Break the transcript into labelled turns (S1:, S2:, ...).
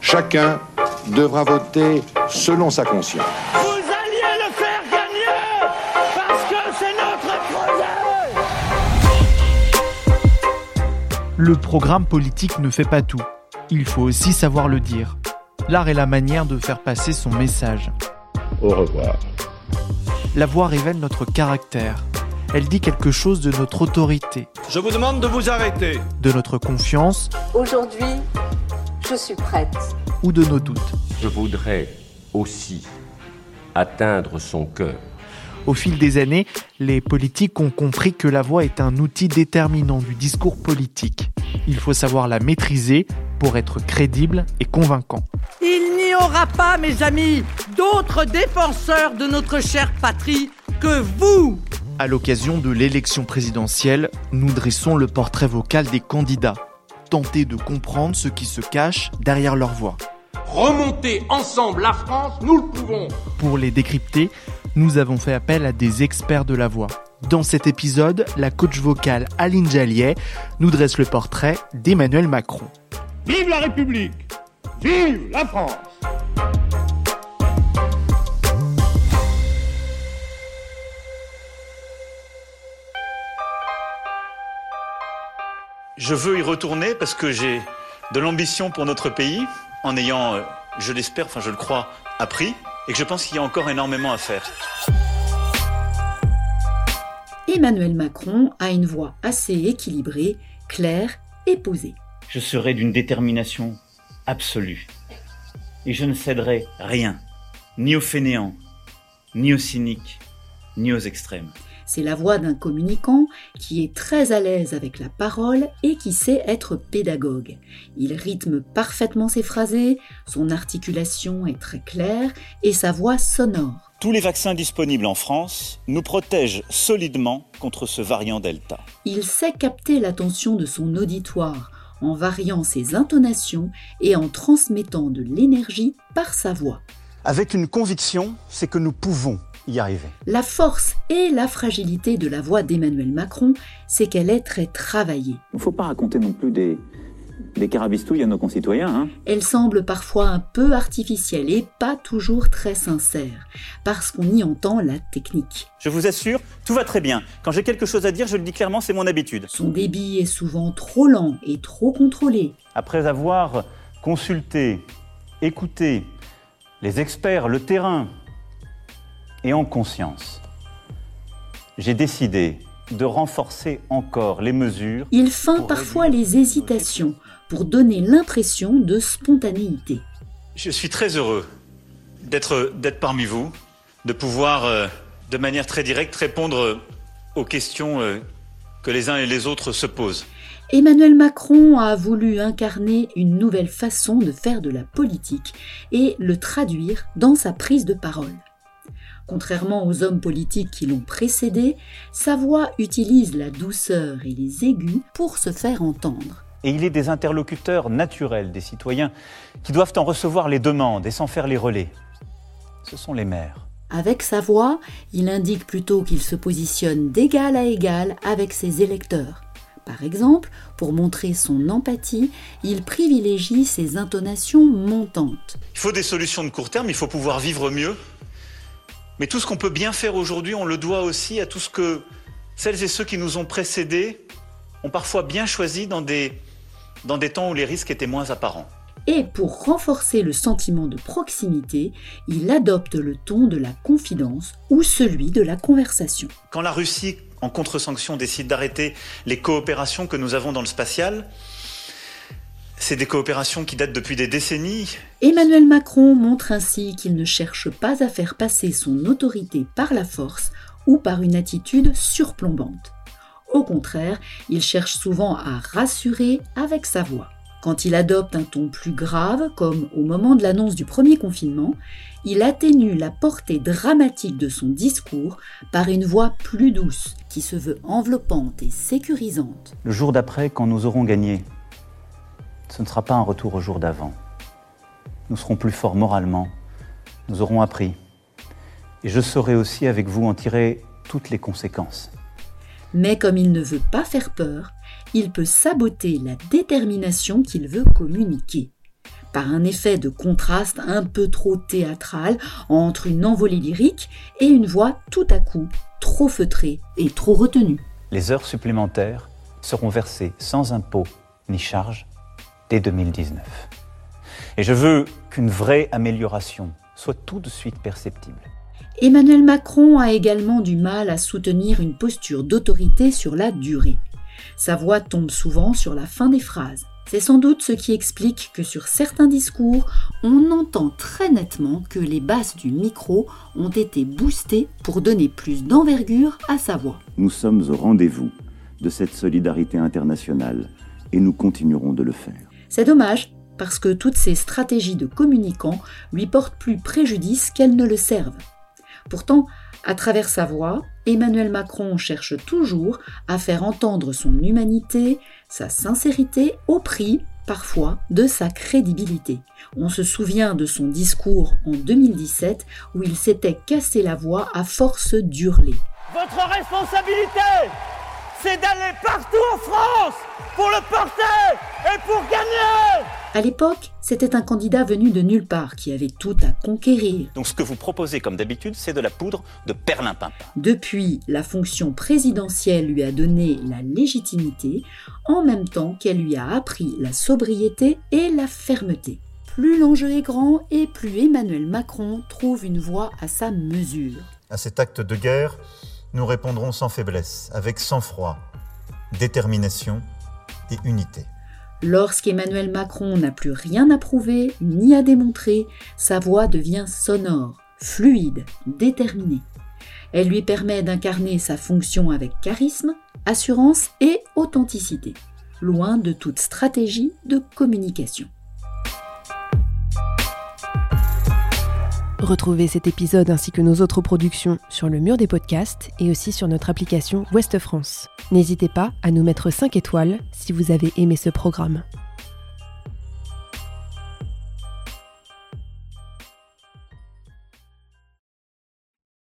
S1: Chacun devra voter selon sa conscience.
S2: Vous alliez le faire gagner parce que c'est notre projet.
S3: Le programme politique ne fait pas tout. Il faut aussi savoir le dire. L'art est la manière de faire passer son message.
S4: Au revoir.
S3: La voix révèle notre caractère. Elle dit quelque chose de notre autorité.
S5: Je vous demande de vous arrêter.
S3: De notre confiance.
S6: Aujourd'hui, je suis prête.
S3: Ou de nos doutes.
S4: Je voudrais aussi atteindre son cœur.
S3: Au fil des années, les politiques ont compris que la voix est un outil déterminant du discours politique. Il faut savoir la maîtriser pour être crédible et convaincant.
S7: Il n'y aura pas, mes amis, d'autres défenseurs de notre chère patrie que vous.
S3: À l'occasion de l'élection présidentielle, nous dressons le portrait vocal des candidats. Tenter de comprendre ce qui se cache derrière leur voix.
S8: Remonter ensemble la France, nous le pouvons.
S3: Pour les décrypter, nous avons fait appel à des experts de la voix. Dans cet épisode, la coach vocale Aline Jalliet nous dresse le portrait d'Emmanuel Macron.
S5: Vive la République! Vive la France!
S9: Je veux y retourner parce que j'ai de l'ambition pour notre pays, en ayant, je l'espère, je le crois, appris, et que je pense qu'il y a encore énormément à faire.
S10: Emmanuel Macron a une voix assez équilibrée, claire et posée.
S11: Je serai d'une détermination absolue. Et je ne céderai rien, ni aux fainéants, ni aux cyniques, ni aux extrêmes.
S10: C'est la voix d'un communicant qui est très à l'aise avec la parole et qui sait être pédagogue. Il rythme parfaitement ses phrasés, son articulation est très claire et sa voix sonore.
S9: Tous les vaccins disponibles en France nous protègent solidement contre ce variant Delta.
S10: Il sait capter l'attention de son auditoire en variant ses intonations et en transmettant de l'énergie par sa voix.
S12: Avec une conviction, c'est que nous pouvons y arriver.
S10: La force et la fragilité de la voix d'Emmanuel Macron, c'est qu'elle est très travaillée.
S13: Il ne faut pas raconter non plus des carabistouilles à nos concitoyens.
S10: Elle semble parfois un peu artificielle et pas toujours très sincère, parce qu'on y entend la technique.
S9: Je vous assure, tout va très bien. Quand j'ai quelque chose à dire, je le dis clairement, c'est mon habitude.
S10: Son débit est souvent trop lent et trop contrôlé.
S11: Après avoir consulté, écouté les experts, le terrain, et en conscience, j'ai décidé de renforcer encore les mesures.
S10: Il feint parfois les hésitations pour donner l'impression de spontanéité.
S9: Je suis très heureux d'être parmi vous, de pouvoir de manière très directe répondre aux questions que les uns et les autres se posent.
S10: Emmanuel Macron a voulu incarner une nouvelle façon de faire de la politique et le traduire dans sa prise de parole. Contrairement aux hommes politiques qui l'ont précédé, sa voix utilise la douceur et les aigus pour se faire entendre.
S11: Et il est des interlocuteurs naturels des citoyens qui doivent en recevoir les demandes et s'en faire les relais. Ce sont les maires.
S10: Avec sa voix, il indique plutôt qu'il se positionne d'égal à égal avec ses électeurs. Par exemple, pour montrer son empathie, il privilégie ses intonations montantes.
S9: Il faut des solutions de court terme, il faut pouvoir vivre mieux. Mais tout ce qu'on peut bien faire aujourd'hui, on le doit aussi à tout ce que celles et ceux qui nous ont précédés ont parfois bien choisi dans des temps où les risques étaient moins apparents.
S10: Et pour renforcer le sentiment de proximité, il adopte le ton de la confidence ou celui de la conversation.
S9: Quand la Russie, en contre-sanction, décide d'arrêter les coopérations que nous avons dans le spatial, c'est des coopérations qui datent depuis des décennies.
S10: Emmanuel Macron montre ainsi qu'il ne cherche pas à faire passer son autorité par la force ou par une attitude surplombante. Au contraire, il cherche souvent à rassurer avec sa voix. Quand il adopte un ton plus grave, comme au moment de l'annonce du premier confinement, il atténue la portée dramatique de son discours par une voix plus douce, qui se veut enveloppante et sécurisante.
S11: Le jour d'après, quand nous aurons gagné, ce ne sera pas un retour au jour d'avant. Nous serons plus forts moralement, nous aurons appris. Et je saurai aussi avec vous en tirer toutes les conséquences.
S10: Mais comme il ne veut pas faire peur, il peut saboter la détermination qu'il veut communiquer. par un effet de contraste un peu trop théâtral entre une envolée lyrique et une voix tout à coup trop feutrée et trop retenue.
S11: Les heures supplémentaires seront versées sans impôt ni charge dès 2019. Et je veux qu'une vraie amélioration soit tout de suite perceptible.
S10: Emmanuel Macron a également du mal à soutenir une posture d'autorité sur la durée. Sa voix tombe souvent sur la fin des phrases. C'est sans doute ce qui explique que sur certains discours, on entend très nettement que les basses du micro ont été boostées pour donner plus d'envergure à sa voix.
S13: Nous sommes au rendez-vous de cette solidarité internationale et nous continuerons de le faire.
S10: C'est dommage, parce que toutes ces stratégies de communicants lui portent plus préjudice qu'elles ne le servent. Pourtant, à travers sa voix, Emmanuel Macron cherche toujours à faire entendre son humanité, sa sincérité au prix, parfois, de sa crédibilité. On se souvient de son discours en 2017 où il s'était cassé la voix à force d'hurler.
S2: Votre responsabilité, c'est d'aller partout en France pour le porter et pour gagner.
S10: À l'époque, c'était un candidat venu de nulle part qui avait tout à conquérir.
S12: Donc ce que vous proposez comme d'habitude, c'est de la poudre de perlimpinpin.
S10: Depuis, la fonction présidentielle lui a donné la légitimité, en même temps qu'elle lui a appris la sobriété et la fermeté. Plus l'enjeu est grand et plus Emmanuel Macron trouve une voix à sa mesure.
S14: À cet acte de guerre, nous répondrons sans faiblesse, avec sang-froid, détermination et unité.
S10: Lorsqu'Emmanuel Macron n'a plus rien à prouver ni à démontrer, sa voix devient sonore, fluide, déterminée. Elle lui permet d'incarner sa fonction avec charisme, assurance et authenticité, loin de toute stratégie de communication.
S15: Retrouvez cet épisode ainsi que nos autres productions sur le mur des podcasts et aussi sur notre application Ouest France. N'hésitez pas à nous mettre 5 étoiles si vous avez aimé ce programme.